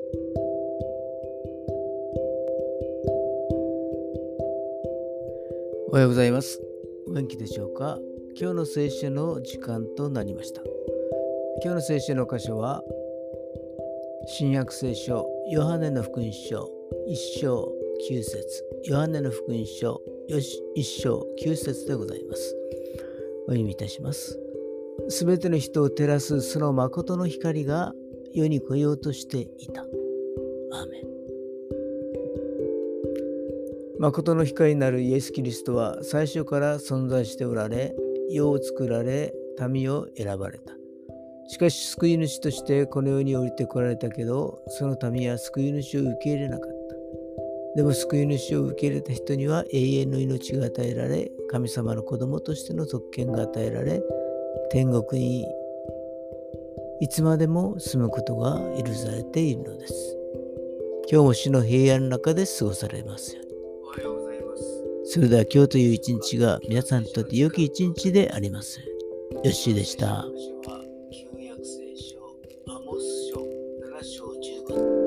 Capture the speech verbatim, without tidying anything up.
おはようございます。お元気でしょうか。今日の聖書の時間となりました。今日の聖書の箇所は新約聖書ヨハネの福音書いっ章きゅう節、ヨハネの福音書いっ章きゅう節でございます。お読みいたします。すべての人を照らすその誠の光が世に来ようとしていた。アーメン。誠の光なるイエス・キリストは最初から存在しておられ、世を作られ、民を選ばれた。しかし救い主としてこの世に降りてこられたけど、その民は救い主を受け入れなかった。でも救い主を受け入れた人には永遠の命が与えられ、神様の子供としての特権が与えられ、天国にいつまでも住むことが許されているのです。今日も主の平安の中で過ごされますように。 おはようございます。 それでは今日という一日が皆さんにとって良き一日でありますように。よっしーでした。 聖書は旧約聖書アモス書なな章じゅうご